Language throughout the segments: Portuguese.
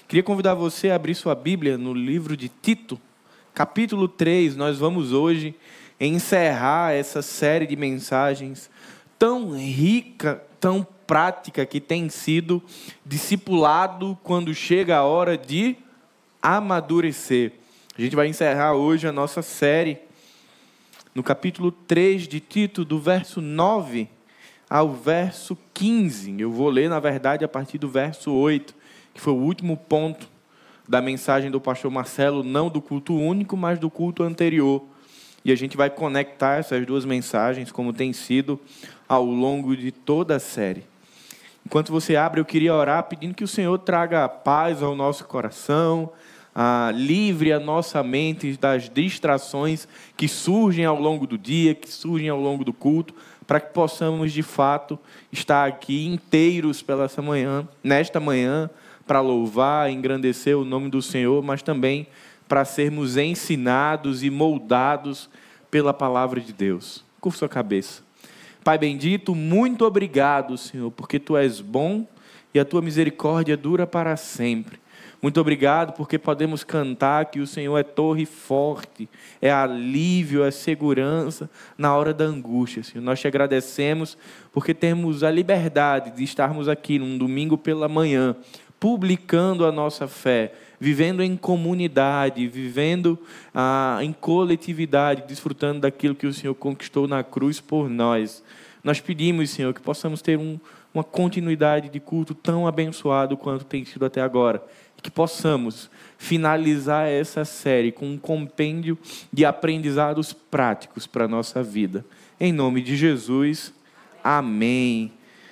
Queria convidar você a abrir sua Bíblia no livro de Tito, capítulo 3. Nós vamos hoje encerrar essa série de mensagens tão rica, tão prática, que tem sido discipulado quando chega a hora de amadurecer. A gente vai encerrar hoje a nossa série no capítulo 3 de Tito, do verso 9 ao verso 15. Eu vou ler, na verdade, a partir do verso 8, que foi o último ponto da mensagem do pastor Marcelo, não do culto único, mas do culto anterior. E a gente vai conectar essas duas mensagens, como tem sido ao longo de toda a série. Enquanto você abre, eu queria orar pedindo que o Senhor traga paz ao nosso coração, livre a nossa mente das distrações que surgem ao longo do dia, que surgem ao longo do culto, para que possamos, de fato, estar aqui inteiros nesta manhã, para louvar, engrandecer o nome do Senhor, mas também para sermos ensinados e moldados pela palavra de Deus. Curva sua cabeça. Pai bendito, muito obrigado, Senhor, porque Tu és bom e a Tua misericórdia dura para sempre. Muito obrigado porque podemos cantar que o Senhor é torre forte, é alívio, é segurança na hora da angústia, Senhor. Nós Te agradecemos porque temos a liberdade de estarmos aqui num domingo pela manhã, publicando a nossa fé, vivendo em comunidade, vivendo em coletividade, desfrutando daquilo que o Senhor conquistou na cruz por nós. Nós pedimos, Senhor, que possamos ter uma continuidade de culto tão abençoado quanto tem sido até agora. E que possamos finalizar essa série com um compêndio de aprendizados práticos para a nossa vida. Em nome de Jesus, amém.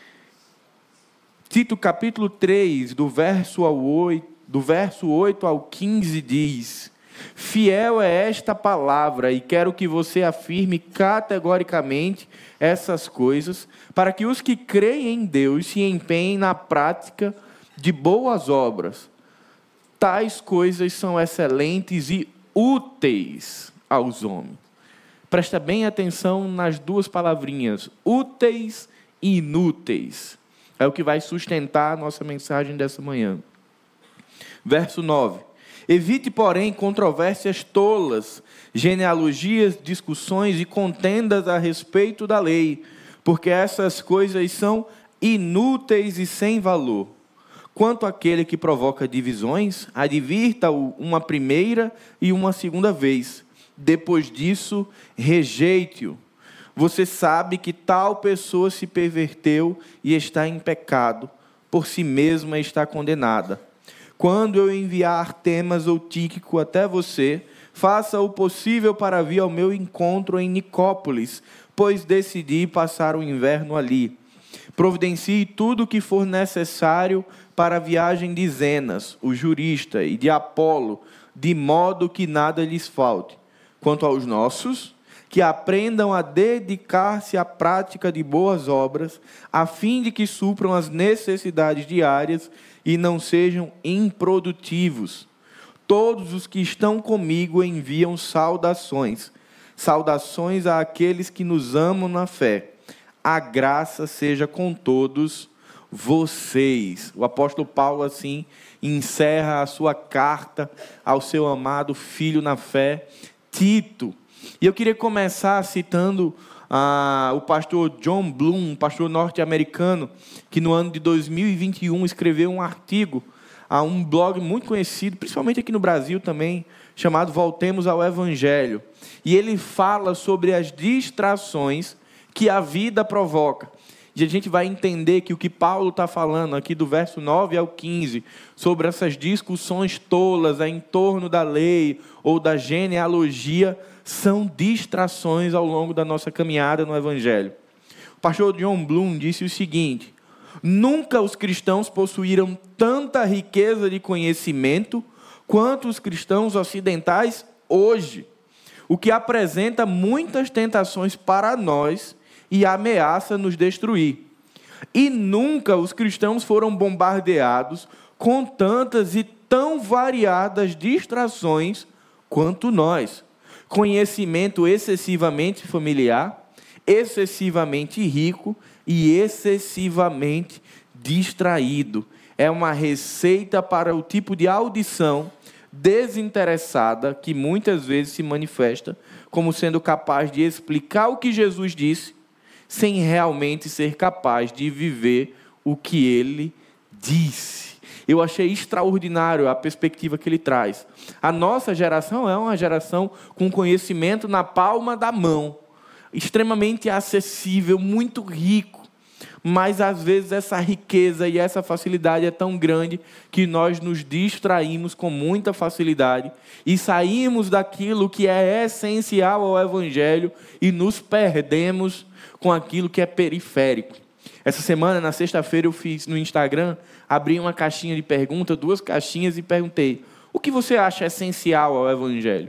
Tito capítulo 3, do verso 8 ao 15 diz: fiel é esta palavra, e quero que você afirme categoricamente essas coisas, para que os que creem em Deus se empenhem na prática de boas obras. Tais coisas são excelentes e úteis aos homens. Presta bem atenção nas duas palavrinhas, úteis e inúteis. É o que vai sustentar a nossa mensagem dessa manhã. Verso 9. Evite, porém, controvérsias tolas, genealogias, discussões e contendas a respeito da lei, porque essas coisas são inúteis e sem valor. Quanto àquele que provoca divisões, advirta-o uma primeira e uma segunda vez. Depois disso, rejeite-o. Você sabe que tal pessoa se perverteu e está em pecado, por si mesma está condenada. Quando eu enviar Temas ou Tíquico até você, faça o possível para vir ao meu encontro em Nicópolis, pois decidi passar o inverno ali. Providencie tudo o que for necessário para a viagem de Zenas, o jurista, e de Apolo, de modo que nada lhes falte. Quanto aos nossos, que aprendam a dedicar-se à prática de boas obras, a fim de que supram as necessidades diárias e não sejam improdutivos. Todos os que estão comigo enviam saudações. Saudações àqueles que nos amam na fé. A graça seja com todos vocês. O apóstolo Paulo, assim, encerra a sua carta ao seu amado filho na fé, Tito. E eu queria começar citando o pastor John Bloom, um pastor norte-americano, que no ano de 2021 escreveu um artigo a um blog muito conhecido, principalmente aqui no Brasil também, chamado Voltemos ao Evangelho. E ele fala sobre as distrações que a vida provoca. E a gente vai entender que o que Paulo está falando aqui do verso 9 ao 15, sobre essas discussões tolas em torno da lei ou da genealogia, são distrações ao longo da nossa caminhada no Evangelho. O pastor John Bloom disse o seguinte: nunca os cristãos possuíram tanta riqueza de conhecimento quanto os cristãos ocidentais hoje, o que apresenta muitas tentações para nós e ameaça nos destruir. E nunca os cristãos foram bombardeados com tantas e tão variadas distrações quanto nós. Conhecimento excessivamente familiar, excessivamente rico e excessivamente distraído. é uma receita para o tipo de audição desinteressada que muitas vezes se manifesta como sendo capaz de explicar o que Jesus disse, sem realmente ser capaz de viver o que ele disse. Eu achei extraordinário a perspectiva que ele traz. A nossa geração é uma geração com conhecimento na palma da mão, extremamente acessível, muito rico. Mas às vezes essa riqueza e essa facilidade é tão grande que nós nos distraímos com muita facilidade e saímos daquilo que é essencial ao Evangelho e nos perdemos com aquilo que é periférico. Essa semana, na sexta-feira, eu fiz no Instagram, abri uma caixinha de perguntas, 2 caixinhas, e perguntei: o que você acha essencial ao Evangelho?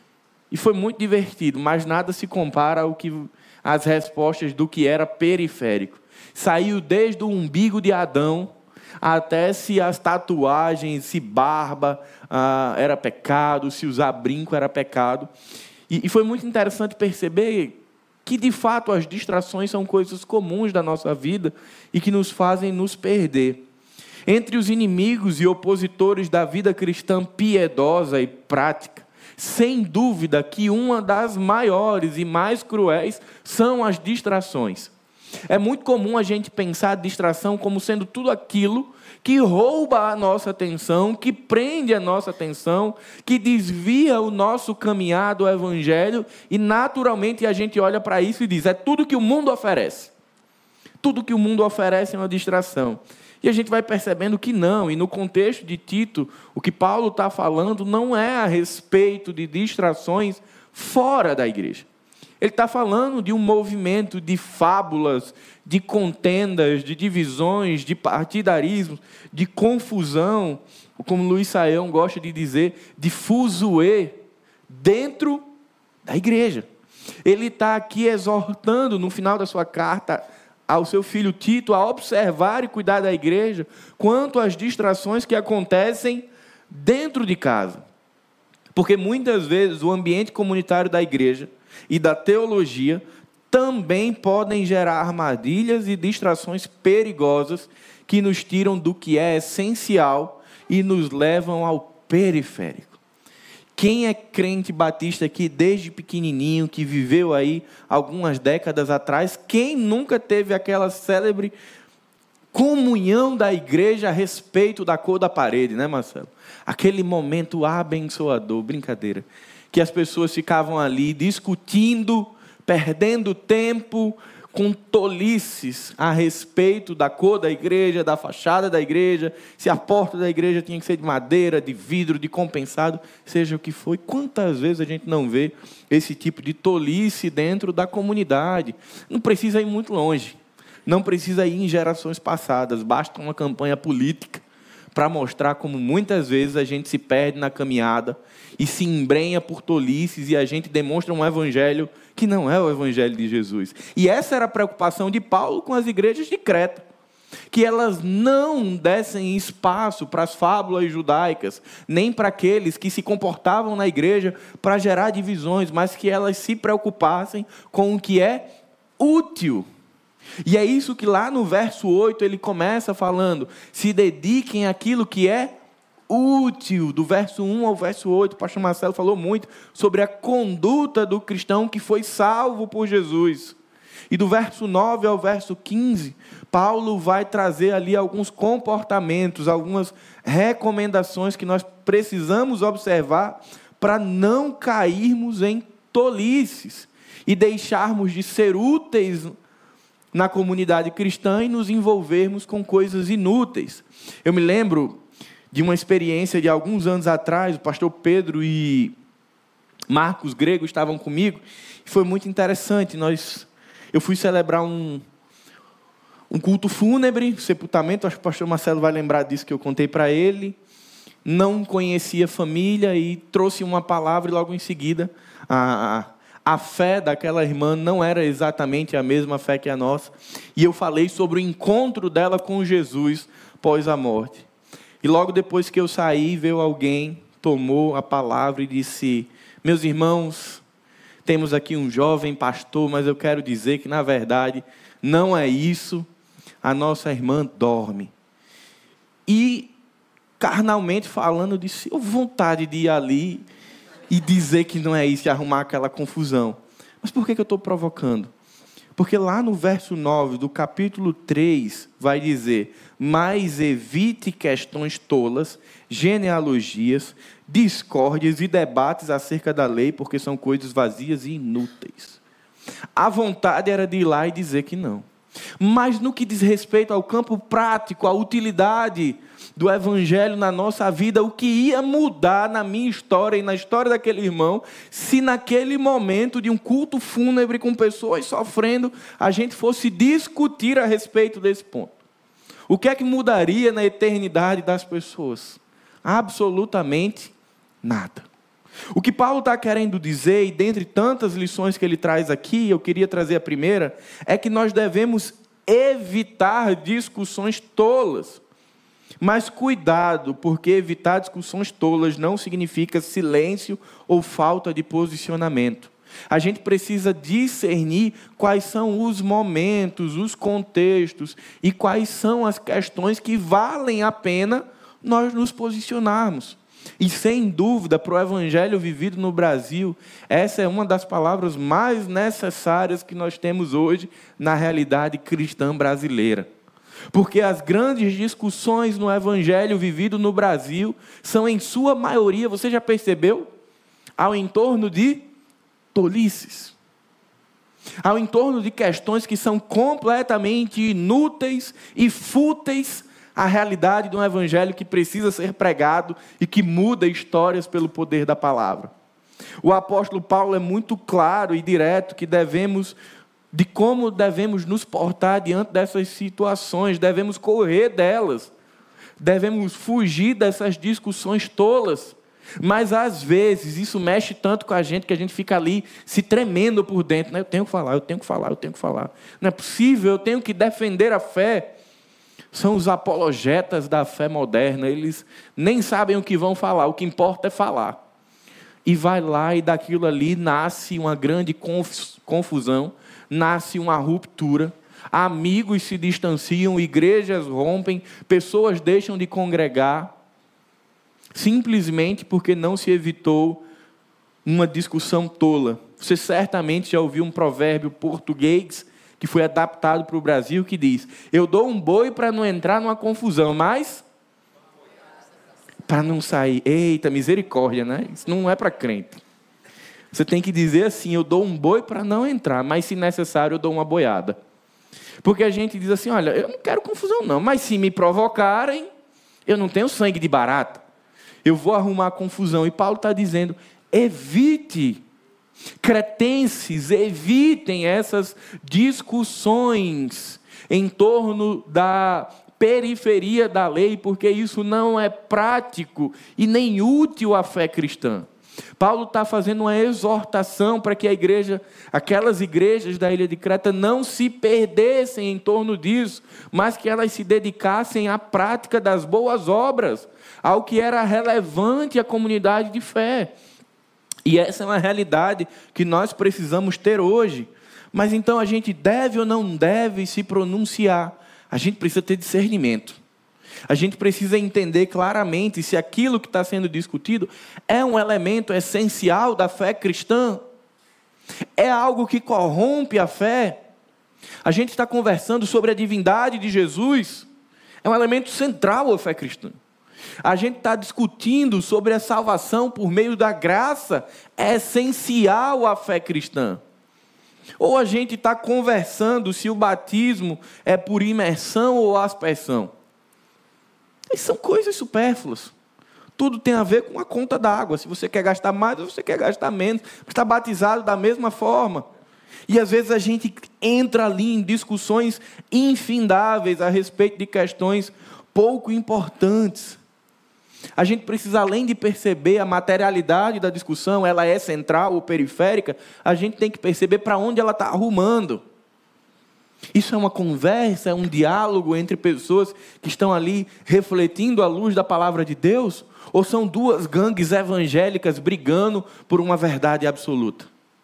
E foi muito divertido, mas nada se compara ao que as respostas do que era periférico. Saiu desde o umbigo de Adão até se as tatuagens, se barba era pecado, se usar brinco era pecado. E foi muito interessante perceber que, de fato, as distrações são coisas comuns da nossa vida e que nos fazem nos perder. Entre os inimigos e opositores da vida cristã piedosa e prática, sem dúvida que uma das maiores e mais cruéis são as distrações. É muito comum a gente pensar a distração como sendo tudo aquilo que rouba a nossa atenção, que prende a nossa atenção, que desvia o nosso caminhar do Evangelho, e naturalmente a gente olha para isso e diz: é tudo que o mundo oferece. Tudo que o mundo oferece é uma distração. E a gente vai percebendo que não, e no contexto de Tito, o que Paulo está falando não é a respeito de distrações fora da igreja. Ele está falando de um movimento de fábulas, de contendas, de divisões, de partidarismo, de confusão, como Luiz Saião gosta de dizer, de fuzuê dentro da igreja. Ele está aqui exortando, no final da sua carta, ao seu filho Tito, a observar e cuidar da igreja quanto às distrações que acontecem dentro de casa. Porque muitas vezes o ambiente comunitário da igreja e da teologia também podem gerar armadilhas e distrações perigosas que nos tiram do que é essencial e nos levam ao periférico. Quem é crente batista aqui desde pequenininho, que viveu aí algumas décadas atrás, quem nunca teve aquela célebre comunhão da igreja a respeito da cor da parede, né, Marcelo? Aquele momento abençoador, brincadeira, que as pessoas ficavam ali discutindo, perdendo tempo com tolices a respeito da cor da igreja, da fachada da igreja, se a porta da igreja tinha que ser de madeira, de vidro, de compensado, seja o que for. E quantas vezes a gente não vê esse tipo de tolice dentro da comunidade? Não precisa ir muito longe, não precisa ir em gerações passadas, basta uma campanha política para mostrar como muitas vezes a gente se perde na caminhada e se embrenha por tolices, e a gente demonstra um evangelho que não é o evangelho de Jesus. E essa era a preocupação de Paulo com as igrejas de Creta, que elas não dessem espaço para as fábulas judaicas, nem para aqueles que se comportavam na igreja para gerar divisões, mas que elas se preocupassem com o que é útil. E é isso que lá no verso 8 ele começa falando: se dediquem àquilo que é útil. Do verso 1 ao verso 8, o pastor Marcelo falou muito sobre a conduta do cristão que foi salvo por Jesus. E do verso 9 ao verso 15, Paulo vai trazer ali alguns comportamentos, algumas recomendações que nós precisamos observar para não cairmos em tolices e deixarmos de ser úteis na comunidade cristã e nos envolvermos com coisas inúteis. Eu me lembro de uma experiência de alguns anos atrás, o pastor Pedro e Marcos Grego estavam comigo, e foi muito interessante. Eu fui celebrar um culto fúnebre, sepultamento, acho que o pastor Marcelo vai lembrar disso que eu contei para ele. Não conhecia a família e trouxe uma palavra, e logo em seguida a fé daquela irmã não era exatamente a mesma fé que a nossa. E eu falei sobre o encontro dela com Jesus após a morte. E logo depois que eu saí, veio alguém, tomou a palavra e disse: meus irmãos, temos aqui um jovem pastor, mas eu quero dizer que, na verdade, não é isso. A nossa irmã dorme. e carnalmente falando, eu disse, eu vontade de ir ali e dizer que não é isso, e arrumar aquela confusão. Mas por que eu estou provocando? Porque lá no verso 9 do capítulo 3 vai dizer: mas evite questões tolas, genealogias, discórdias e debates acerca da lei, porque são coisas vazias e inúteis. A vontade era de ir lá e dizer que não. Mas no que diz respeito ao campo prático, à utilidade do evangelho na nossa vida, o que ia mudar na minha história e na história daquele irmão, se naquele momento de um culto fúnebre com pessoas sofrendo, a gente fosse discutir a respeito desse ponto? O que é que mudaria na eternidade das pessoas? Absolutamente nada. O que Paulo está querendo dizer, e dentre tantas lições que ele traz aqui, eu queria trazer a primeira, é que nós devemos evitar discussões tolas. Mas cuidado, porque evitar discussões tolas não significa silêncio ou falta de posicionamento. A gente precisa discernir quais são os momentos, os contextos e quais são as questões que valem a pena nós nos posicionarmos. E sem dúvida, para o evangelho vivido no Brasil, essa é uma das palavras mais necessárias que nós temos hoje na realidade cristã brasileira. Porque as grandes discussões no evangelho vivido no Brasil são, em sua maioria, você já percebeu? Ao entorno de tolices. Ao entorno de questões que são completamente inúteis e fúteis à realidade de um evangelho que precisa ser pregado e que muda histórias pelo poder da palavra. O apóstolo Paulo é muito claro e direto de como devemos nos portar diante dessas situações, devemos correr delas, devemos fugir dessas discussões tolas. Mas às vezes isso mexe tanto com a gente que a gente fica ali se tremendo por dentro, né? Eu tenho que falar. Não é possível, eu tenho que defender a fé. São os apologetas da fé moderna, eles nem sabem o que vão falar, o que importa é falar. E vai lá e daquilo ali nasce uma grande confusão, nasce uma ruptura, amigos se distanciam, igrejas rompem, pessoas deixam de congregar, simplesmente porque não se evitou uma discussão tola. Você certamente já ouviu um provérbio português que foi adaptado para o Brasil, que diz: eu dou um boi para não entrar numa confusão, mas para não sair. Eita, misericórdia, né? Isso não é para crente. Você tem que dizer assim: eu dou um boi para não entrar, mas se necessário eu dou uma boiada. Porque a gente diz assim: olha, eu não quero confusão não, mas se me provocarem, eu não tenho sangue de barata, eu vou arrumar confusão. E Paulo está dizendo: evite. Cretenses, evitem essas discussões em torno da periferia da lei, porque isso não é prático e nem útil à fé cristã. Paulo está fazendo uma exortação para que aquelas igrejas da ilha de Creta não se perdessem em torno disso, mas que elas se dedicassem à prática das boas obras, ao que era relevante à comunidade de fé. E essa é uma realidade que nós precisamos ter hoje. Mas então a gente deve ou não deve se pronunciar? A gente precisa ter discernimento. A gente precisa entender claramente se aquilo que está sendo discutido é um elemento essencial da fé cristã. É algo que corrompe a fé. A gente está conversando sobre a divindade de Jesus. É um elemento central à fé cristã. A gente está discutindo sobre a salvação por meio da graça, é essencial à fé cristã. Ou a gente está conversando se o batismo é por imersão ou aspersão. Essas são coisas supérfluas. Tudo tem a ver com a conta d'água. Se você quer gastar mais ou você quer gastar menos, está batizado da mesma forma. E às vezes a gente entra ali em discussões infindáveis a respeito de questões pouco importantes. A gente precisa, além de perceber a materialidade da discussão, ela é central ou periférica, a gente tem que perceber para onde ela está arrumando. Isso é uma conversa, é um diálogo entre pessoas que estão ali refletindo à luz da palavra de Deus? Ou são duas gangues evangélicas brigando por uma verdade absoluta?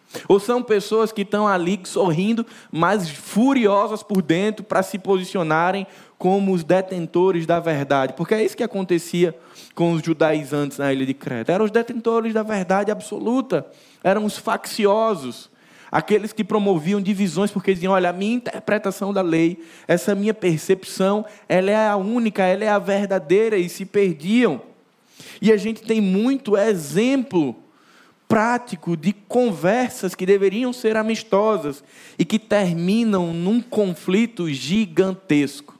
Ou são pessoas que estão ali sorrindo, mas furiosas por dentro para se posicionarem como os detentores da verdade? Porque é isso que acontecia com os judaizantes na ilha de Creta. Eram os detentores da verdade absoluta, eram os facciosos, aqueles que promoviam divisões porque diziam: olha, a minha interpretação da lei, essa minha percepção, ela é a única, ela é a verdadeira, e se perdiam. E a gente tem muito exemplo prático de conversas que deveriam ser amistosas e que terminam num conflito gigantesco.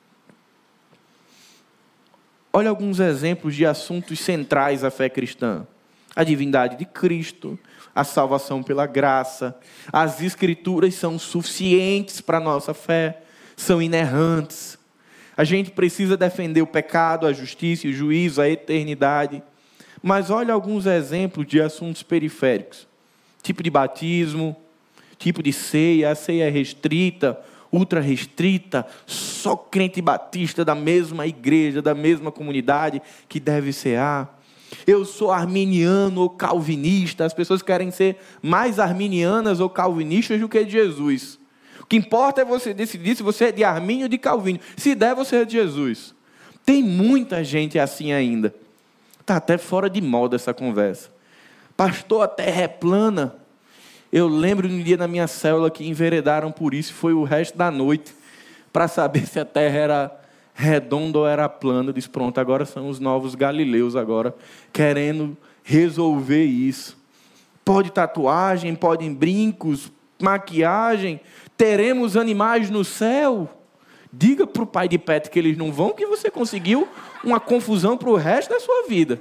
Olha alguns exemplos de assuntos centrais à fé cristã: a divindade de Cristo, a salvação pela graça. As Escrituras são suficientes para a nossa fé, são inerrantes. A gente precisa defender o pecado, a justiça, o juízo, a eternidade. Mas olha alguns exemplos de assuntos periféricos: tipo de batismo, tipo de ceia. A ceia é restrita, ultra restrita, só crente batista da mesma igreja, da mesma comunidade que deve cear. Eu sou arminiano ou calvinista. As pessoas querem ser mais arminianas ou calvinistas do que de Jesus. O que importa é você decidir se você é de Armínio ou de Calvino. Se der, você é de Jesus. Tem muita gente assim ainda. Está até fora de moda essa conversa. Pastor, a terra é plana. Eu lembro de um dia na minha célula que enveredaram por isso, foi o resto da noite, para saber se a terra era redonda ou era plana. Eu disse: pronto, agora são os novos galileus agora, querendo resolver isso. Pode tatuagem, podem brincos, maquiagem, teremos animais no céu. Diga para o pai de Pet que eles não vão, que você conseguiu uma confusão para o resto da sua vida.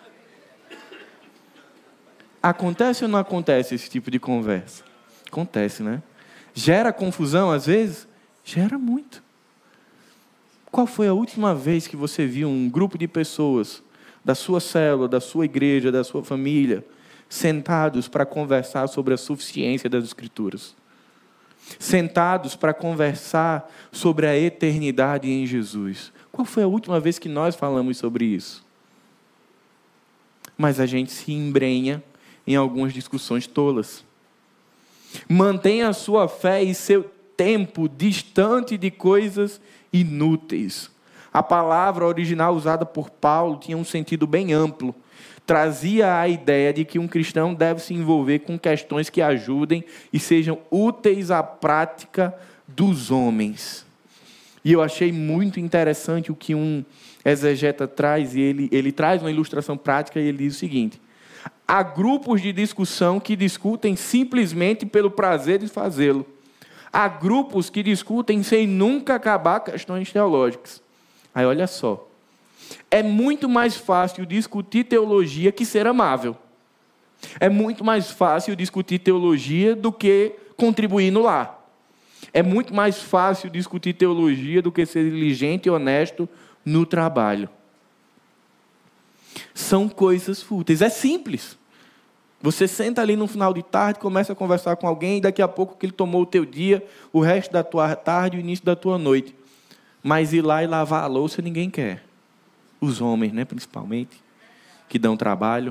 Acontece ou não acontece esse tipo de conversa? Acontece, né? Gera confusão às vezes? Gera muito. Qual foi a última vez que você viu um grupo de pessoas da sua célula, da sua igreja, da sua família, sentados para conversar sobre a suficiência das Escrituras? Sentados para conversar sobre a eternidade em Jesus? Qual foi a última vez que nós falamos sobre isso? Mas a gente se embrenha em algumas discussões tolas. Mantenha a sua fé e seu tempo distante de coisas inúteis. A palavra original usada por Paulo tinha um sentido bem amplo. Trazia a ideia de que um cristão deve se envolver com questões que ajudem e sejam úteis à prática dos homens. E eu achei muito interessante o que um exegeta traz, e ele traz uma ilustração prática, e ele diz o seguinte: há grupos de discussão que discutem simplesmente pelo prazer de fazê-lo. Há grupos que discutem sem nunca acabar questões teológicas. Aí olha só. É muito mais fácil discutir teologia que ser amável. É muito mais fácil discutir teologia do que contribuir no lar. É muito mais fácil discutir teologia do que ser diligente e honesto no trabalho. São coisas fúteis. É simples. Você senta ali no final de tarde, começa a conversar com alguém, e daqui a pouco que ele tomou o teu dia, o resto da tua tarde e o início da tua noite. Mas ir lá e lavar a louça ninguém quer. Os homens, né, principalmente, que dão trabalho.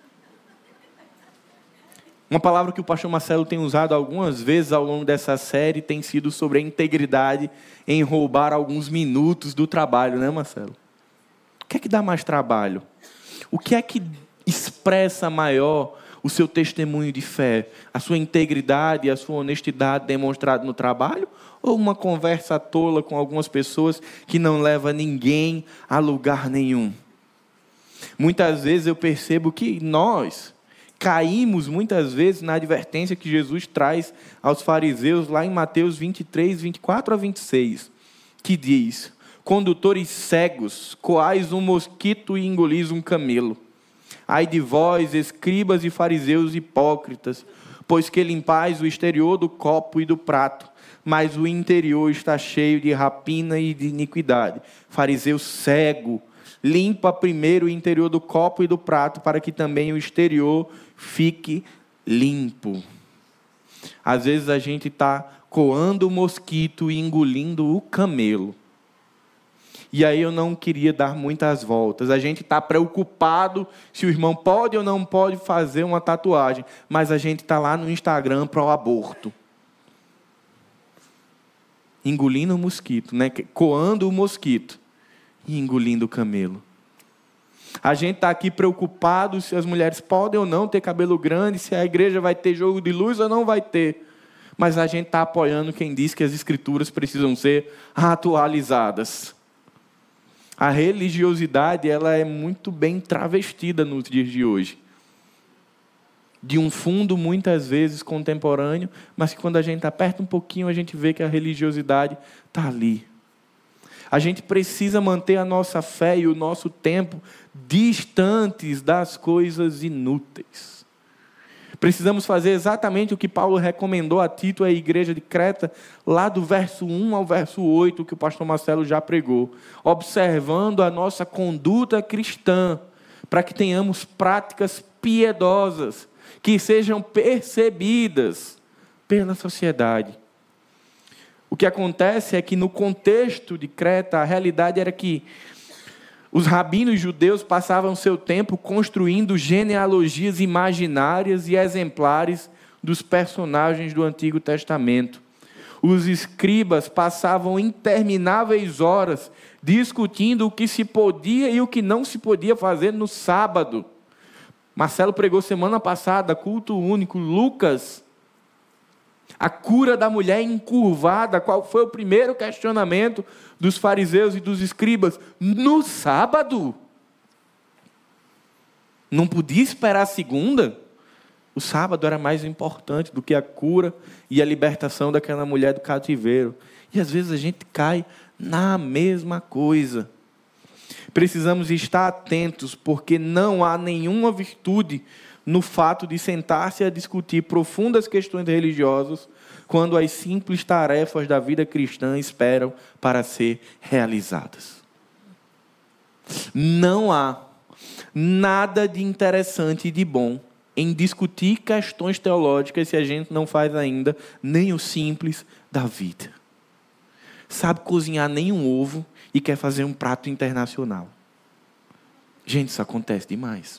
Uma palavra que o pastor Marcelo tem usado algumas vezes ao longo dessa série tem sido sobre a integridade em roubar alguns minutos do trabalho, né, Marcelo? O que é que dá mais trabalho? O que é que expressa maior o seu testemunho de fé? A sua integridade e a sua honestidade demonstrada no trabalho? Ou uma conversa tola com algumas pessoas que não leva ninguém a lugar nenhum? Muitas vezes eu percebo que nós caímos muitas vezes na advertência que Jesus traz aos fariseus lá em Mateus 23, 24 a 26, que diz: condutores cegos, coais um mosquito e engolis um camelo. Ai de vós, escribas e fariseus hipócritas, pois que limpais o exterior do copo e do prato, mas o interior está cheio de rapina e de iniquidade. Fariseu cego, limpa primeiro o interior do copo e do prato, para que também o exterior fique limpo. Às vezes a gente está coando o mosquito e engolindo o camelo. E aí eu não queria dar muitas voltas. A gente está preocupado se o irmão pode ou não pode fazer uma tatuagem, mas a gente está lá no Instagram para o aborto. Engolindo o mosquito, né? Coando o mosquito e engolindo o camelo. A gente está aqui preocupado se as mulheres podem ou não ter cabelo grande, se a igreja vai ter jogo de luz ou não vai ter. Mas a gente está apoiando quem diz que as escrituras precisam ser atualizadas. A religiosidade, ela é muito bem travestida nos dias de hoje. De um fundo, muitas vezes, contemporâneo, mas que quando a gente aperta um pouquinho, a gente vê que a religiosidade está ali. A gente precisa manter a nossa fé e o nosso tempo distantes das coisas inúteis. Precisamos fazer exatamente o que Paulo recomendou a Tito e à igreja de Creta, lá do verso 1 ao verso 8, que o pastor Marcelo já pregou. Observando a nossa conduta cristã, para que tenhamos práticas piedosas, que sejam percebidas pela sociedade. O que acontece é que no contexto de Creta, a realidade era que os rabinos judeus passavam seu tempo construindo genealogias imaginárias e exemplares dos personagens do Antigo Testamento. Os escribas passavam intermináveis horas discutindo o que se podia e o que não se podia fazer no sábado. Marcelo pregou semana passada, culto único, Lucas, a cura da mulher encurvada. Qual foi o primeiro questionamento dos fariseus e dos escribas? No sábado? Não podia esperar a segunda? O sábado era mais importante do que a cura e a libertação daquela mulher do cativeiro. E às vezes a gente cai na mesma coisa. Precisamos estar atentos, porque não há nenhuma virtude no fato de sentar-se a discutir profundas questões religiosas, quando as simples tarefas da vida cristã esperam para ser realizadas. Não há nada de interessante e de bom em discutir questões teológicas se a gente não faz ainda nem o simples da vida. Sabe cozinhar nem um ovo e quer fazer um prato internacional. Gente, isso acontece demais.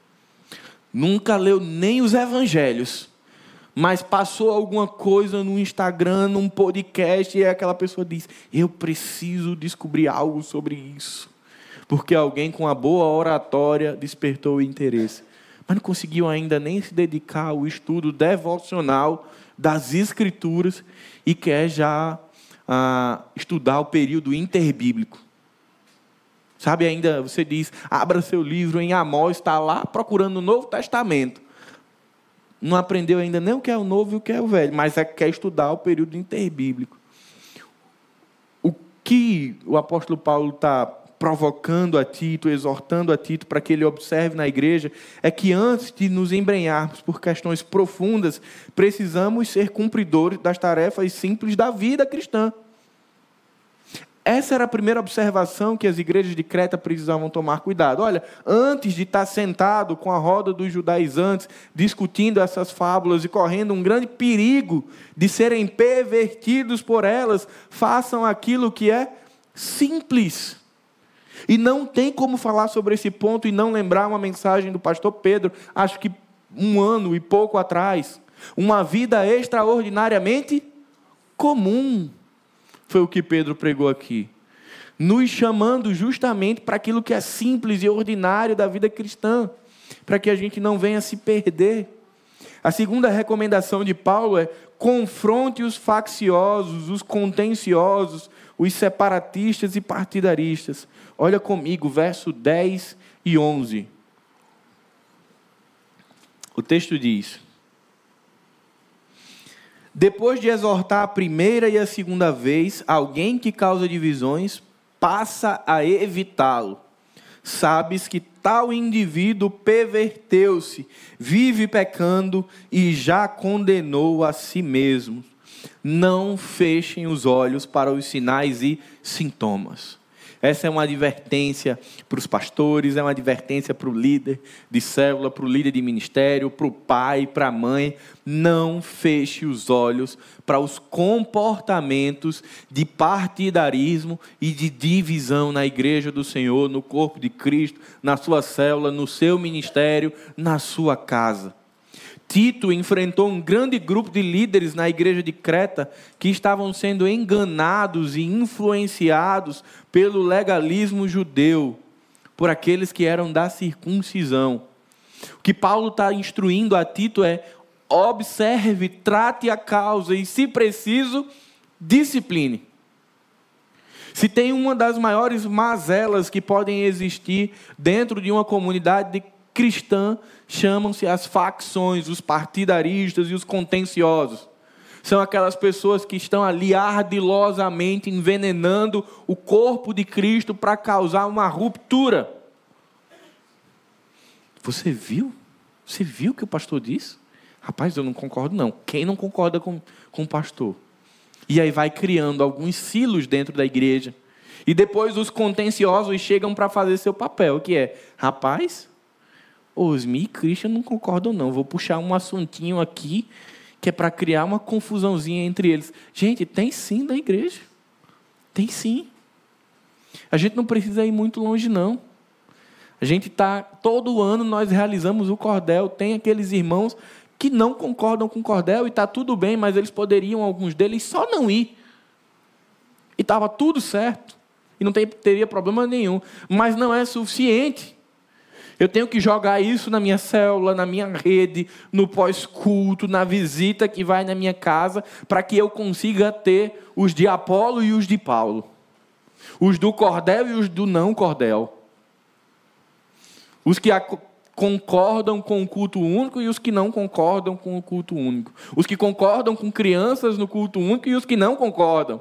Nunca leu nem os evangelhos, mas passou alguma coisa no Instagram, num podcast, e aquela pessoa diz: eu preciso descobrir algo sobre isso. Porque alguém com uma boa oratória despertou o interesse. Mas não conseguiu ainda nem se dedicar ao estudo devocional das Escrituras e quer já estudar o período interbíblico. Sabe, ainda você diz, abra seu livro em Amós, está lá procurando o Novo Testamento. Não aprendeu ainda nem o que é o Novo e o que é o Velho, mas quer estudar o período interbíblico. O que o apóstolo Paulo está provocando a Tito, exortando a Tito para que ele observe na igreja, é que antes de nos embrenharmos por questões profundas, precisamos ser cumpridores das tarefas simples da vida cristã. Essa era a primeira observação que as igrejas de Creta precisavam tomar cuidado. Olha, antes de estar sentado com a roda dos judaizantes, discutindo essas fábulas e correndo um grande perigo de serem pervertidos por elas, façam aquilo que é simples. E não tem como falar sobre esse ponto e não lembrar uma mensagem do pastor Pedro, acho que 1 ano e pouco atrás. Uma vida extraordinariamente comum. Foi o que Pedro pregou aqui. Nos chamando justamente para aquilo que é simples e ordinário da vida cristã. Para que a gente não venha se perder. A segunda recomendação de Paulo é: confronte os facciosos, os contenciosos, os separatistas e partidaristas. Olha comigo, verso 10 e 11. O texto diz: depois de exortar a primeira e a segunda vez, alguém que causa divisões, passa a evitá-lo. Sabes que tal indivíduo perverteu-se, vive pecando e já condenou a si mesmo. Não fechem os olhos para os sinais e sintomas. Essa é uma advertência para os pastores, é uma advertência para o líder de célula, para o líder de ministério, para o pai, para a mãe. Não feche os olhos para os comportamentos de partidarismo e de divisão na igreja do Senhor, no corpo de Cristo, na sua célula, no seu ministério, na sua casa. Tito enfrentou um grande grupo de líderes na igreja de Creta que estavam sendo enganados e influenciados pelo legalismo judeu, por aqueles que eram da circuncisão. O que Paulo está instruindo a Tito é: observe, trate a causa e, se preciso, discipline. Se tem uma das maiores mazelas que podem existir dentro de uma comunidade cristã, chamam-se as facções, os partidaristas e os contenciosos. São aquelas pessoas que estão ali ardilosamente envenenando o corpo de Cristo para causar uma ruptura. Você viu? Você viu o que o pastor disse? Rapaz, eu não concordo não. Quem não concorda com o pastor? E aí vai criando alguns silos dentro da igreja. E depois os contenciosos chegam para fazer seu papel, que é: rapaz, Osmi e Christian não concordam não, vou puxar um assuntinho aqui, que é para criar uma confusãozinha entre eles. Gente, tem sim da igreja. Tem sim. A gente não precisa ir muito longe não. A gente todo ano nós realizamos o cordel, tem aqueles irmãos que não concordam com o cordel e está tudo bem, mas eles poderiam, alguns deles, só não ir. E estava tudo certo. E não teria problema nenhum. Mas não é suficiente. Eu tenho que jogar isso na minha célula, na minha rede, no pós-culto, na visita que vai na minha casa, para que eu consiga ter os de Apolo e os de Paulo. Os do cordel e os do não cordel. Os que concordam com o culto único e os que não concordam com o culto único. Os que concordam com crianças no culto único e os que não concordam.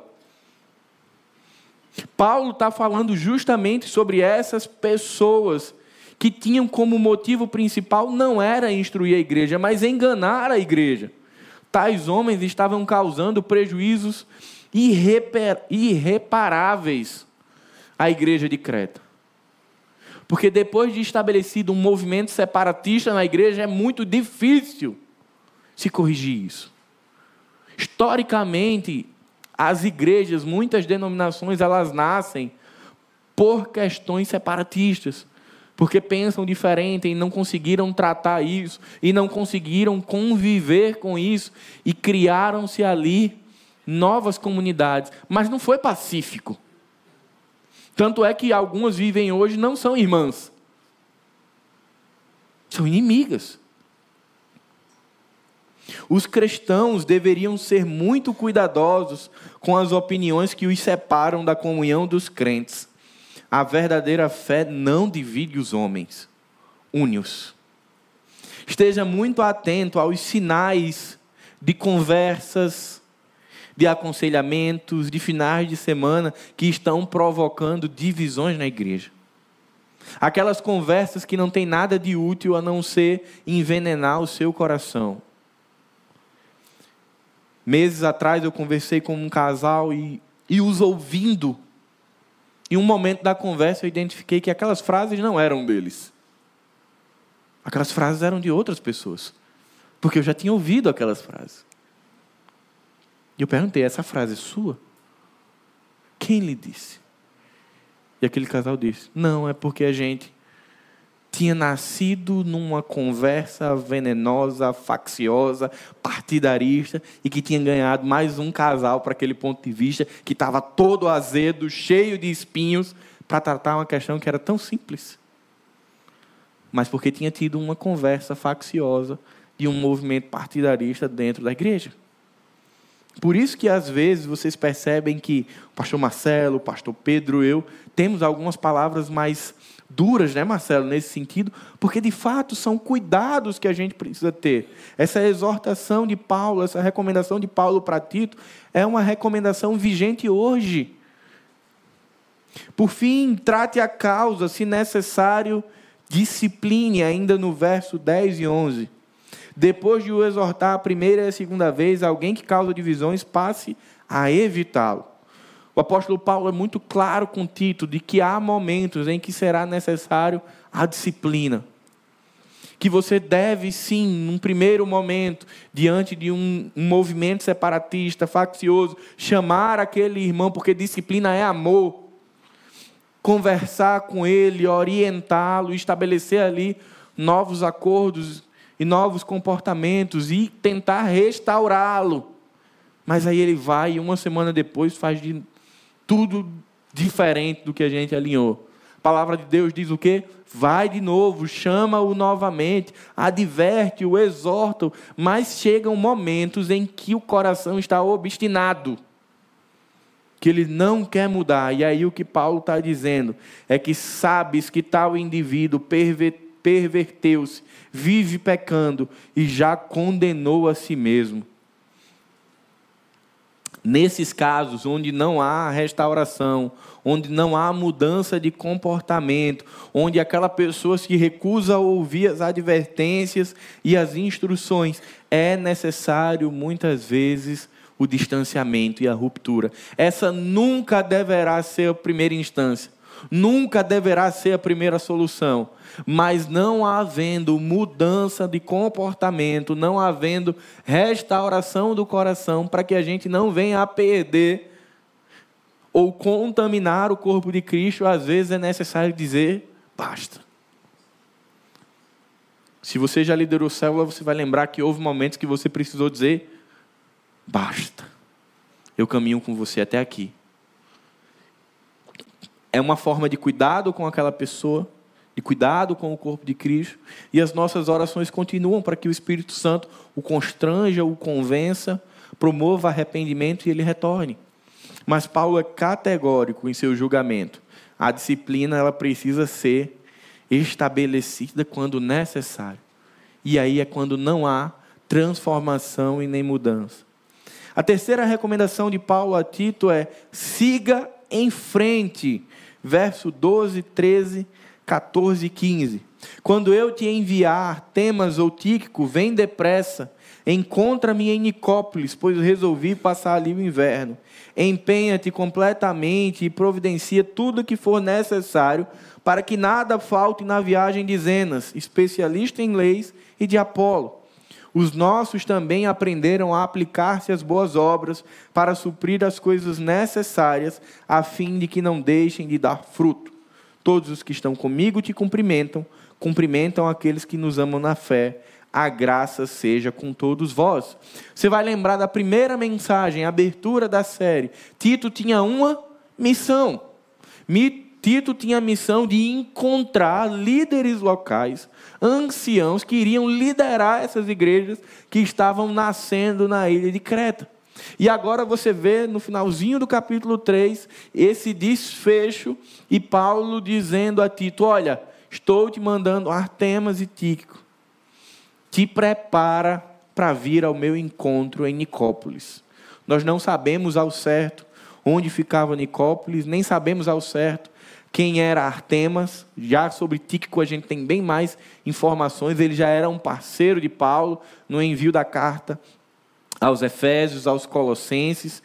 Paulo está falando justamente sobre essas pessoas que tinham como motivo principal não era instruir a igreja, mas enganar a igreja. Tais homens estavam causando prejuízos irreparáveis à igreja de Creta. Porque depois de estabelecido um movimento separatista na igreja, é muito difícil se corrigir isso. Historicamente, as igrejas, muitas denominações, elas nascem por questões separatistas. Porque pensam diferente e não conseguiram tratar isso, e não conseguiram conviver com isso, e criaram-se ali novas comunidades. Mas não foi pacífico. Tanto é que algumas vivem hoje não são irmãs. São inimigas. Os cristãos deveriam ser muito cuidadosos com as opiniões que os separam da comunhão dos crentes. A verdadeira fé não divide os homens, une-os. Esteja muito atento aos sinais de conversas, de aconselhamentos, de finais de semana que estão provocando divisões na igreja. Aquelas conversas que não tem nada de útil a não ser envenenar o seu coração. Meses atrás eu conversei com um casal e os ouvindo. Em um momento da conversa eu identifiquei que aquelas frases não eram deles. Aquelas frases eram de outras pessoas. Porque eu já tinha ouvido aquelas frases. E eu perguntei: essa frase é sua? Quem lhe disse? E aquele casal disse: não, é porque a gente tinha nascido numa conversa venenosa, facciosa, partidarista, e que tinha ganhado mais um casal para aquele ponto de vista, que estava todo azedo, cheio de espinhos, para tratar uma questão que era tão simples. Mas porque tinha tido uma conversa facciosa de um movimento partidarista dentro da igreja. Por isso que às vezes vocês percebem que o pastor Marcelo, o pastor Pedro, eu, temos algumas palavras mais duras, né, Marcelo, nesse sentido, porque de fato são cuidados que a gente precisa ter. Essa exortação de Paulo, essa recomendação de Paulo para Tito, é uma recomendação vigente hoje. Por fim, trate a causa, se necessário, discipline, ainda no verso 10 e 11. Depois de o exortar a primeira e a segunda vez, alguém que causa divisões, passe a evitá-lo. O apóstolo Paulo é muito claro com Tito de que há momentos em que será necessário a disciplina. Que você deve sim, num primeiro momento, diante de um movimento separatista, faccioso, chamar aquele irmão, porque disciplina é amor. Conversar com ele, orientá-lo, estabelecer ali novos acordos e novos comportamentos e tentar restaurá-lo. Mas aí ele vai e uma semana depois faz tudo diferente do que a gente alinhou. A palavra de Deus diz o quê? Vai de novo, chama-o novamente, adverte-o, exorta-o, mas chegam momentos em que o coração está obstinado, que ele não quer mudar. E aí o que Paulo está dizendo é que sabes que tal indivíduo perverteu-se, vive pecando e já condenou a si mesmo. Nesses casos onde não há restauração, onde não há mudança de comportamento, onde aquela pessoa se recusa a ouvir as advertências e as instruções, é necessário muitas vezes o distanciamento e a ruptura. Essa nunca deverá ser a primeira instância, nunca deverá ser a primeira solução. Mas não havendo mudança de comportamento, não havendo restauração do coração, para que a gente não venha a perder ou contaminar o corpo de Cristo, às vezes é necessário dizer, basta. Se você já liderou célula, você vai lembrar que houve momentos que você precisou dizer, basta. Eu caminho com você até aqui. É uma forma de cuidado com aquela pessoa, de cuidado com o corpo de Cristo, e as nossas orações continuam para que o Espírito Santo o constranja, o convença, promova arrependimento e ele retorne. Mas Paulo é categórico em seu julgamento. A disciplina ela precisa ser estabelecida quando necessário. E aí é quando não há transformação e nem mudança. A terceira recomendação de Paulo a Tito é: siga em frente. Verso 12, 13, 14 e 15. Quando eu te enviar Temas ou Tíquico, vem depressa, encontra-me em Nicópolis, pois resolvi passar ali o inverno. Empenha-te completamente e providencia tudo o que for necessário, para que nada falte na viagem de Zenas, especialista em leis, e de Apolo. Os nossos também aprenderam a aplicar-se às boas obras, para suprir as coisas necessárias, a fim de que não deixem de dar fruto. Todos os que estão comigo te cumprimentam, cumprimentam aqueles que nos amam na fé. A graça seja com todos vós. Você vai lembrar da primeira mensagem, a abertura da série. Tito tinha uma missão. Tito tinha a missão de encontrar líderes locais, anciãos que iriam liderar essas igrejas que estavam nascendo na ilha de Creta. E agora você vê no finalzinho do capítulo 3, esse desfecho e Paulo dizendo a Tito: olha, estou te mandando Artemas e Tíquico. Te prepara para vir ao meu encontro em Nicópolis. Nós não sabemos ao certo onde ficava Nicópolis, nem sabemos ao certo quem era Artemas. Já sobre Tíquico a gente tem bem mais informações. Ele já era um parceiro de Paulo no envio da carta aos Efésios, aos Colossenses.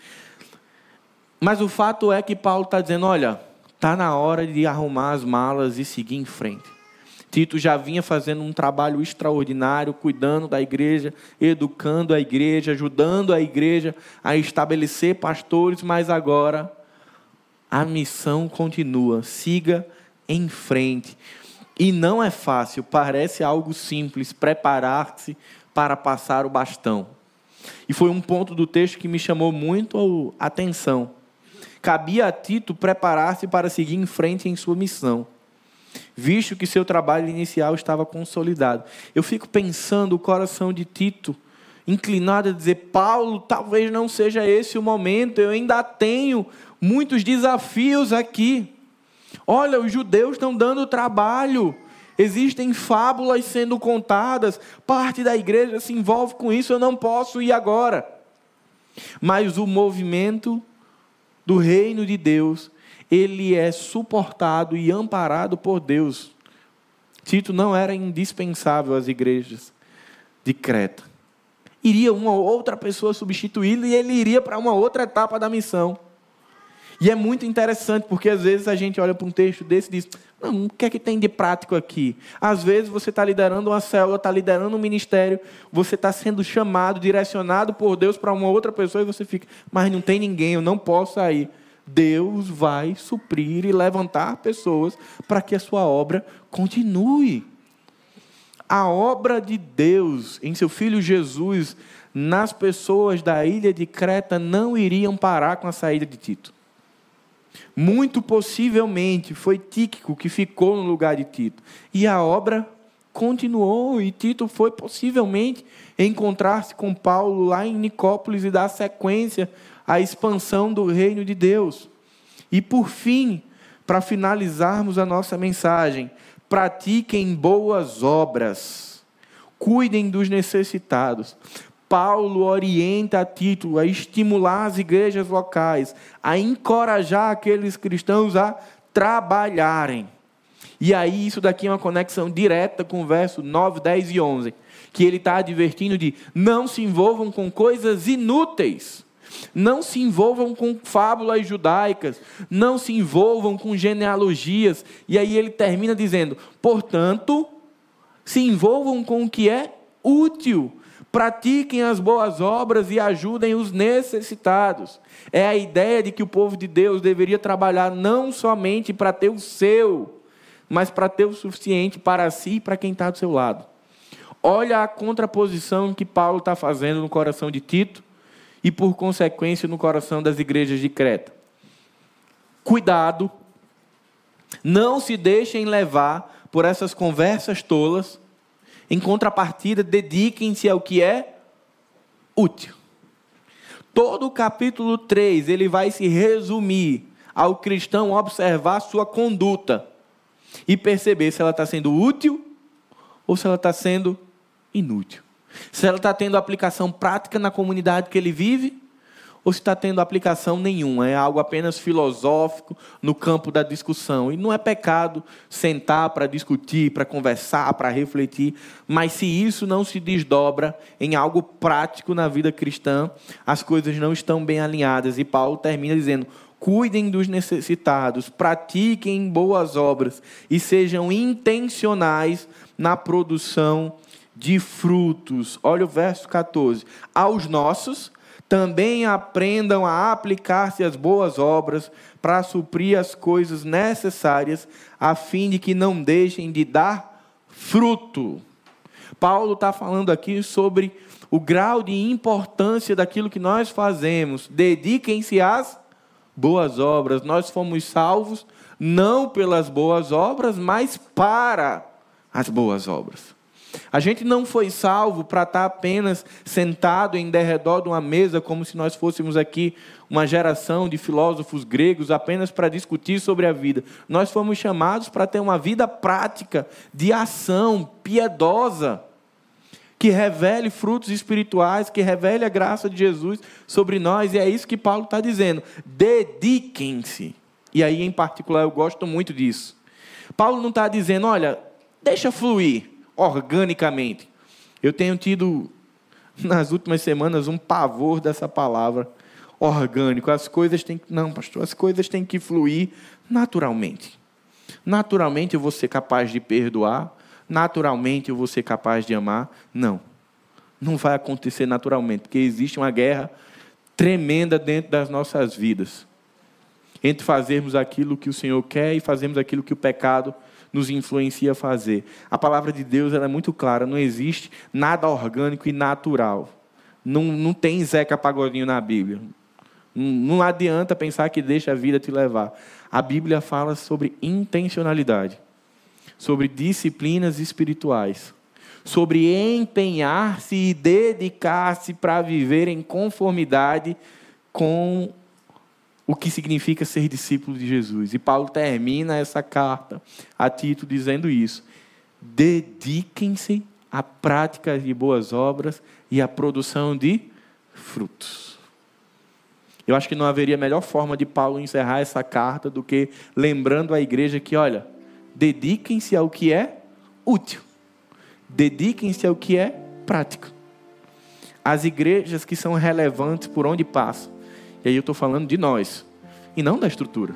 Mas o fato é que Paulo está dizendo: olha, está na hora de arrumar as malas e seguir em frente. Tito já vinha fazendo um trabalho extraordinário, cuidando da igreja, educando a igreja, ajudando a igreja a estabelecer pastores, mas agora a missão continua, siga em frente. E não é fácil, parece algo simples, preparar-se para passar o bastão. E foi um ponto do texto que me chamou muito a atenção. Cabia a Tito preparar-se para seguir em frente em sua missão, visto que seu trabalho inicial estava consolidado. Eu fico pensando o coração de Tito, inclinado a dizer: Paulo, talvez não seja esse o momento, eu ainda tenho muitos desafios aqui. Olha, os judeus estão dando trabalho, existem fábulas sendo contadas, parte da igreja se envolve com isso, eu não posso ir agora. Mas o movimento do reino de Deus, ele é suportado e amparado por Deus. Tito não era indispensável às igrejas de Creta. Iria uma outra pessoa substituí-lo e ele iria para uma outra etapa da missão. E é muito interessante, porque às vezes a gente olha para um texto desse e diz, não, o que é que tem de prático aqui? Às vezes você está liderando uma célula, está liderando um ministério, você está sendo chamado, direcionado por Deus para uma outra pessoa e você fica, mas não tem ninguém, eu não posso sair. Deus vai suprir e levantar pessoas para que a sua obra continue. A obra de Deus em seu Filho Jesus, nas pessoas da ilha de Creta, não iriam parar com a saída de Tito. Muito possivelmente foi Tíquico que ficou no lugar de Tito. E a obra continuou, e Tito foi possivelmente encontrar-se com Paulo lá em Nicópolis e dar sequência à expansão do reino de Deus. E por fim, para finalizarmos a nossa mensagem, pratiquem boas obras, cuidem dos necessitados. Paulo orienta a Tito a estimular as igrejas locais, a encorajar aqueles cristãos a trabalharem. E aí isso daqui é uma conexão direta com o verso 9, 10 e 11, que ele está advertindo de não se envolvam com coisas inúteis, não se envolvam com fábulas judaicas, não se envolvam com genealogias. E aí ele termina dizendo, portanto, se envolvam com o que é útil, pratiquem as boas obras e ajudem os necessitados. É a ideia de que o povo de Deus deveria trabalhar não somente para ter o seu, mas para ter o suficiente para si e para quem está do seu lado. Olha a contraposição que Paulo está fazendo no coração de Tito e, por consequência, no coração das igrejas de Creta. Cuidado, não se deixem levar por essas conversas tolas. Em contrapartida, dediquem-se ao que é útil. Todo o capítulo 3, ele vai se resumir ao cristão observar sua conduta e perceber se ela está sendo útil ou se ela está sendo inútil. Se ela está tendo aplicação prática na comunidade que ele vive, ou se está tendo aplicação nenhuma, é algo apenas filosófico no campo da discussão. E não é pecado sentar para discutir, para conversar, para refletir, mas se isso não se desdobra em algo prático na vida cristã, as coisas não estão bem alinhadas. E Paulo termina dizendo, cuidem dos necessitados, pratiquem boas obras e sejam intencionais na produção de frutos. Olha o verso 14. Aos nossos também aprendam a aplicar-se às boas obras para suprir as coisas necessárias, a fim de que não deixem de dar fruto. Paulo está falando aqui sobre o grau de importância daquilo que nós fazemos. Dediquem-se às boas obras. Nós fomos salvos não pelas boas obras, mas para as boas obras. A gente não foi salvo para estar apenas sentado em derredor de uma mesa, como se nós fôssemos aqui uma geração de filósofos gregos, apenas para discutir sobre a vida. Nós fomos chamados para ter uma vida prática, de ação, piedosa, que revele frutos espirituais, que revele a graça de Jesus sobre nós. E é isso que Paulo está dizendo. Dediquem-se. E aí, em particular, eu gosto muito disso. Paulo não está dizendo, olha, deixa fluir organicamente. Eu tenho tido, nas últimas semanas, um pavor dessa palavra, orgânico. As coisas têm que... Não, pastor, as coisas têm que fluir naturalmente. Naturalmente eu vou ser capaz de perdoar, naturalmente eu vou ser capaz de amar. Não vai acontecer naturalmente, porque existe uma guerra tremenda dentro das nossas vidas, entre fazermos aquilo que o Senhor quer e fazermos aquilo que o pecado nos influencia a fazer. A palavra de Deus ela é muito clara, não existe nada orgânico e natural. Não tem Zeca Pagodinho na Bíblia. Não adianta pensar que deixa a vida te levar. A Bíblia fala sobre intencionalidade, sobre disciplinas espirituais, sobre empenhar-se e dedicar-se para viver em conformidade com o que significa ser discípulo de Jesus. E Paulo termina essa carta a Tito dizendo isso. Dediquem-se à prática de boas obras e à produção de frutos. Eu acho que não haveria melhor forma de Paulo encerrar essa carta do que lembrando à igreja que, olha, dediquem-se ao que é útil. Dediquem-se ao que é prático. As igrejas que são relevantes por onde passam. E aí eu estou falando de nós. e não da estrutura.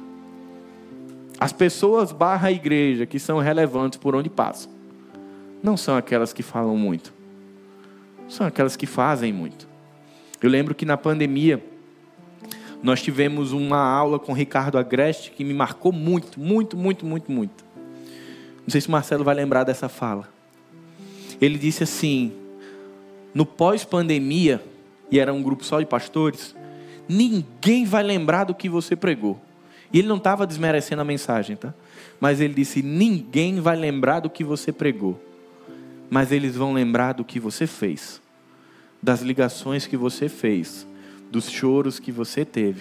As pessoas / igreja que são relevantes por onde passam, não são aquelas que falam muito, são aquelas que fazem muito. Eu lembro que na pandemia, nós tivemos uma aula com o Ricardo Agreste que me marcou muito. Não sei se o Marcelo vai lembrar dessa fala. Ele disse assim: no pós-pandemia, e era um grupo só de pastores, ninguém vai lembrar do que você pregou. E ele não estava desmerecendo a mensagem, tá? Mas ele disse: ninguém vai lembrar do que você pregou, mas eles vão lembrar do que você fez, das ligações que você fez, dos choros que você teve.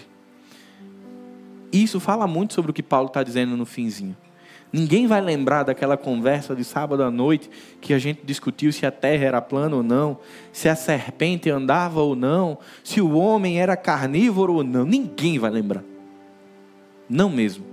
Isso fala muito sobre o que Paulo está dizendo no finzinho. Ninguém vai lembrar daquela conversa de sábado à noite que a gente discutiu se a terra era plana ou não, se a serpente andava ou não, se o homem era carnívoro ou não. Ninguém vai lembrar. Não mesmo.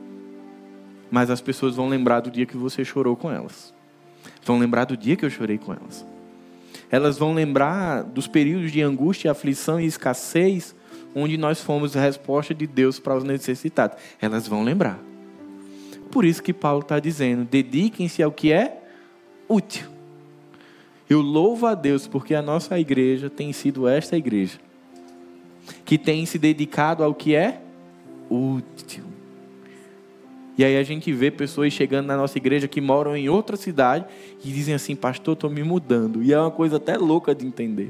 Mas as pessoas vão lembrar do dia que você chorou com elas. Vão lembrar do dia que eu chorei com elas. Elas vão lembrar dos períodos de angústia, aflição e escassez, onde nós fomos a resposta de Deus para os necessitados. Elas vão lembrar. Por isso que Paulo está dizendo: dediquem-se ao que é útil. Eu louvo a Deus porque a nossa igreja tem sido esta igreja que tem se dedicado ao que é útil. E aí a gente vê pessoas chegando na nossa igreja que moram em outra cidade e dizem assim: pastor, estou me mudando. E é uma coisa até louca de entender.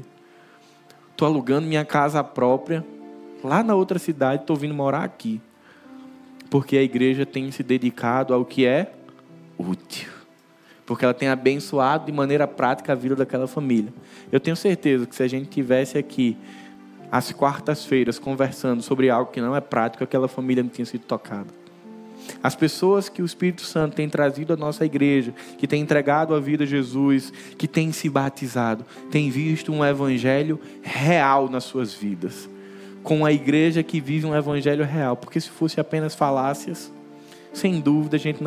Estou alugando minha casa própria lá na outra cidade, estou vindo morar aqui. Porque a igreja tem se dedicado ao que é útil. Porque ela tem abençoado de maneira prática a vida daquela família. Eu tenho certeza que se a gente tivesse aqui às quartas-feiras conversando sobre algo que não é prático, aquela família não tinha sido tocada. As pessoas que o Espírito Santo tem trazido à nossa igreja, que tem entregado a vida a Jesus, que tem se batizado, tem visto um evangelho real nas suas vidas. Com a igreja que vive um evangelho real. Porque se fosse apenas falácias, sem dúvida a gente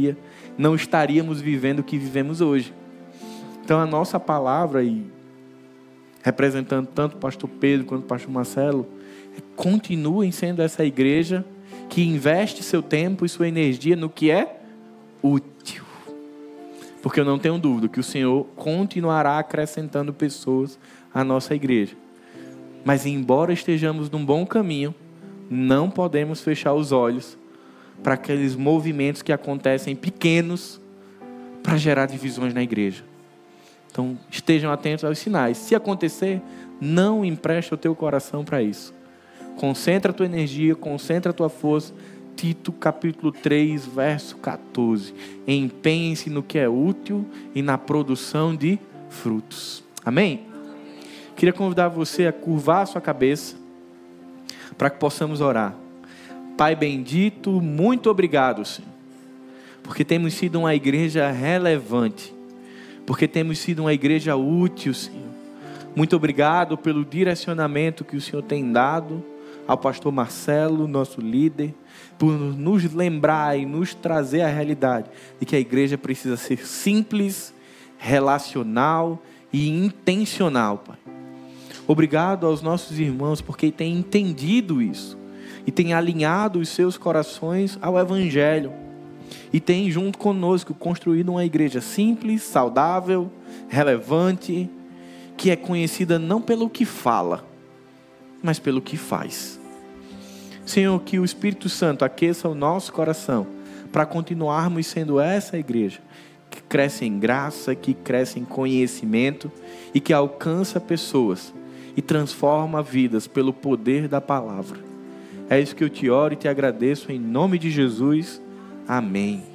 não estaríamos vivendo o que vivemos hoje. Então a nossa palavra, e representando tanto o pastor Pedro quanto o pastor Marcelo, continuem sendo essa igreja que investe seu tempo e sua energia no que é útil. Porque eu não tenho dúvida que o Senhor continuará acrescentando pessoas à nossa igreja. Mas embora estejamos num bom caminho, não podemos fechar os olhos para aqueles movimentos que acontecem pequenos para gerar divisões na igreja. Então estejam atentos aos sinais. Se acontecer, não empreste o teu coração para isso. Concentra a tua energia, concentra a tua força. Tito capítulo 3, verso 14. Empenhem-se no que é útil e na produção de frutos. Amém? Queria convidar você a curvar a sua cabeça para que possamos orar. Pai bendito, muito obrigado, Senhor, porque temos sido uma igreja relevante, porque temos sido uma igreja útil, Senhor. Muito obrigado pelo direcionamento que o Senhor tem dado ao pastor Marcelo, nosso líder, por nos lembrar e nos trazer a realidade de que a igreja precisa ser simples, relacional e intencional, Pai. Obrigado aos nossos irmãos porque têm entendido isso e têm alinhado os seus corações ao Evangelho e têm junto conosco construído uma igreja simples, saudável, relevante, que é conhecida não pelo que fala, mas pelo que faz. Senhor, que o Espírito Santo aqueça o nosso coração para continuarmos sendo essa igreja que cresce em graça, que cresce em conhecimento e que alcança pessoas e transforma vidas pelo poder da palavra. É isso que eu te oro e te agradeço em nome de Jesus. Amém.